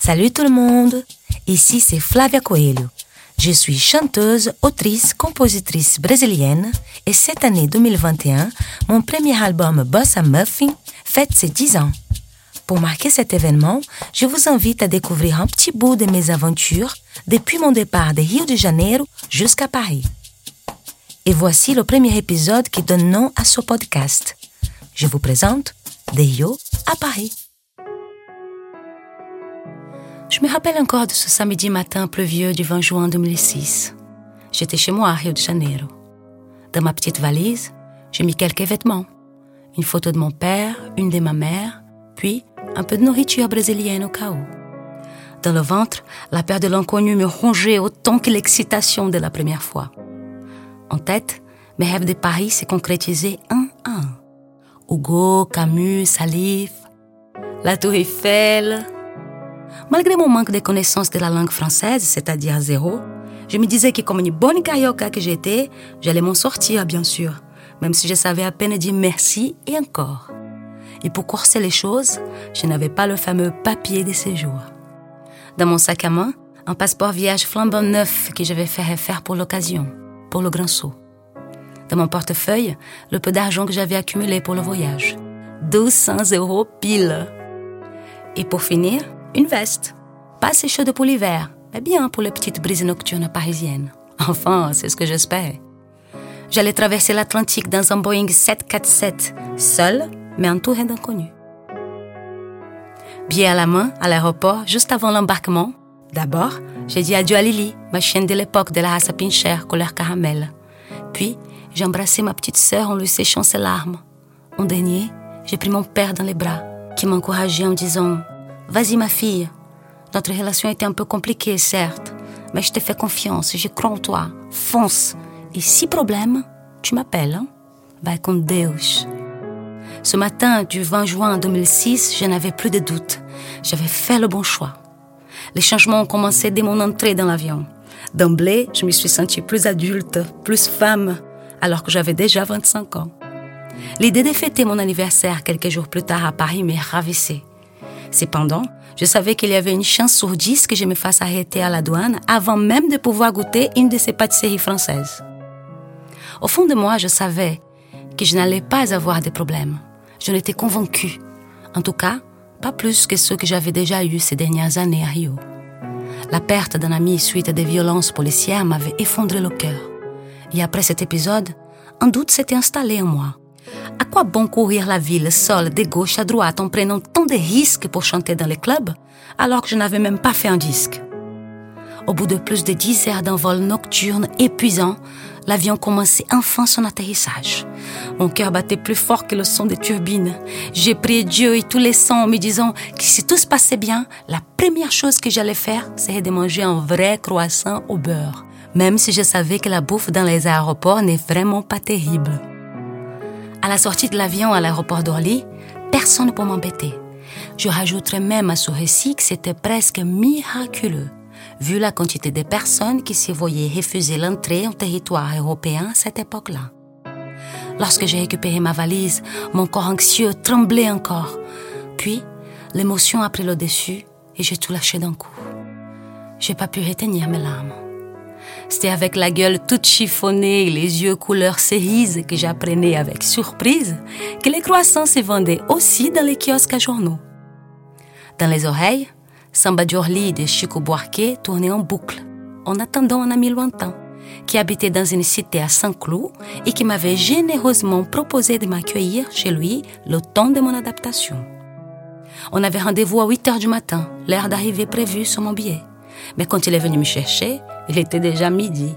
Salut tout le monde, ici c'est Flávia Coelho. Je suis chanteuse, autrice, compositrice brésilienne et cette année 2021, mon premier album Bossa Muffin fête ses 10 ans. Pour marquer cet événement, je vous invite à découvrir un petit bout de mes aventures depuis mon départ de Rio de Janeiro jusqu'à Paris. Et voici le premier épisode qui donne nom à ce podcast. Je vous présente de Rio à Paris. Je me rappelle encore de ce samedi matin pluvieux du 20 juin 2006. J'étais chez moi à Rio de Janeiro. Dans ma petite valise, j'ai mis quelques vêtements. Une photo de mon père, une de ma mère, puis un peu de nourriture brésilienne au cas où. Dans le ventre, la peur de l'inconnu me rongeait autant que l'excitation de la première fois. En tête, mes rêves de Paris se concrétisaient un à un. Hugo, Camus, Salif, la Tour Eiffel. Malgré mon manque de connaissance de la langue française, c'est-à-dire zéro, je me disais que comme une bonne carioca que j'étais, j'allais m'en sortir, bien sûr, même si je savais à peine dire merci et encore. Et pour corser les choses, je n'avais pas le fameux papier de séjour. Dans mon sac à main, un passeport vierge flambant neuf que j'avais fait refaire pour l'occasion, pour le grand saut. Dans mon portefeuille, le peu d'argent que j'avais accumulé pour le voyage. 200 € pile. Et pour finir, une veste. Pas assez chaude pour l'hiver, mais bien pour les petites brises nocturnes parisiennes. Enfin, c'est ce que j'espérais. J'allais traverser l'Atlantique dans un Boeing 747, seule, mais entourée d'inconnus. Billet à la main, à l'aéroport, juste avant l'embarquement. D'abord, j'ai dit adieu à Lily, ma chienne de l'époque de la race Pinscher, couleur caramel. Puis, j'ai embrassé ma petite sœur en lui séchant ses larmes. En dernier, j'ai pris mon père dans les bras, qui m'encourageait en disant « Vas-y ma fille, notre relation était un peu compliquée, certes, mais je te fais confiance, je crois en toi, fonce. Et si problème, tu m'appelles, hein? Vai com Deus. » Ce matin du 20 juin 2006, je n'avais plus de doute. J'avais fait le bon choix. Les changements ont commencé dès mon entrée dans l'avion. D'emblée, je me suis sentie plus adulte, plus femme, alors que j'avais déjà 25 ans. L'idée de fêter mon anniversaire quelques jours plus tard à Paris me ravissait. Cependant, je savais qu'il y avait une chance sur 10 que je me fasse arrêter à la douane avant même de pouvoir goûter une de ces pâtisseries françaises. Au fond de moi, je savais que je n'allais pas avoir de problème. Je l'étais convaincue. En tout cas, pas plus que ceux que j'avais déjà eus ces dernières années à Rio. La perte d'un ami suite à des violences policières m'avait effondré le cœur. Et après cet épisode, un doute s'était installé en moi. À quoi bon courir la ville seule de gauche à droite en prenant tant de risques pour chanter dans les clubs alors que je n'avais même pas fait un disque? Au bout de plus de 10 heures d'un vol nocturne épuisant, l'avion commençait enfin son atterrissage. Mon cœur battait plus fort que le son des turbines. J'ai prié Dieu et tous les saints en me disant que si tout se passait bien, la première chose que j'allais faire serait de manger un vrai croissant au beurre, même si je savais que la bouffe dans les aéroports n'est vraiment pas terrible. À la sortie de l'avion à l'aéroport d'Orly, personne pour m'embêter. Je rajouterais même à ce récit que c'était presque miraculeux, vu la quantité de personnes qui se voyaient refuser l'entrée en territoire européen à cette époque-là. Lorsque j'ai récupéré ma valise, mon corps anxieux tremblait encore. Puis, l'émotion a pris le dessus et j'ai tout lâché d'un coup. J'ai pas pu retenir mes larmes. C'était avec la gueule toute chiffonnée et les yeux couleur cerise que j'apprenais avec surprise que les croissants se vendaient aussi dans les kiosques à journaux. Dans les oreilles, Samba d'Orly de Chico Buarque tournait en boucle, en attendant un ami lointain qui habitait dans une cité à Saint-Cloud et qui m'avait généreusement proposé de m'accueillir chez lui le temps de mon adaptation. On avait rendez-vous à 8 heures du matin, l'heure d'arrivée prévue sur mon billet. Mais quand il est venu me chercher, il était déjà midi.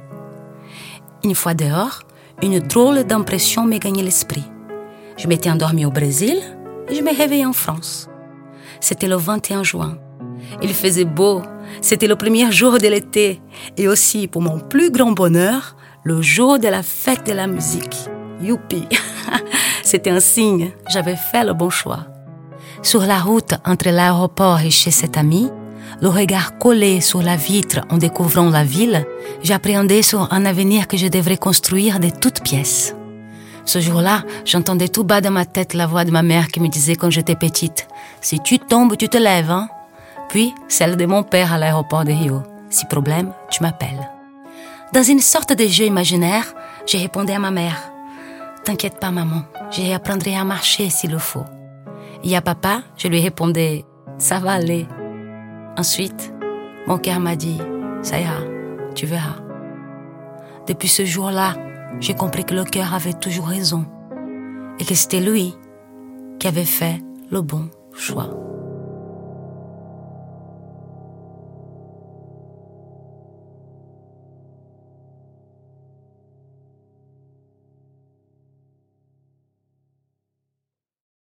Une fois dehors, une drôle d'impression me gagnait l'esprit. Je m'étais endormie au Brésil et je me réveillais en France. C'était le 21 juin. Il faisait beau, c'était le premier jour de l'été et aussi, pour mon plus grand bonheur, le jour de la fête de la musique. Youpi! C'était un signe, j'avais fait le bon choix. Sur la route entre l'aéroport et chez cet ami, le regard collé sur la vitre en découvrant la ville, j'appréhendais sur un avenir que je devrais construire de toutes pièces. Ce jour-là, j'entendais tout bas dans ma tête la voix de ma mère qui me disait quand j'étais petite « Si tu tombes, tu te lèves, hein ?» Puis, celle de mon père à l'aéroport de Rio. Si problème, tu m'appelles. Dans une sorte de jeu imaginaire, j'ai répondu à ma mère. T'inquiète pas, maman, je réapprendrai à marcher s'il le faut. Et à papa, je lui répondais, ça va aller. Ensuite, mon cœur m'a dit, ça ira, tu verras. Depuis ce jour-là, j'ai compris que le cœur avait toujours raison et que c'était lui qui avait fait le bon choix.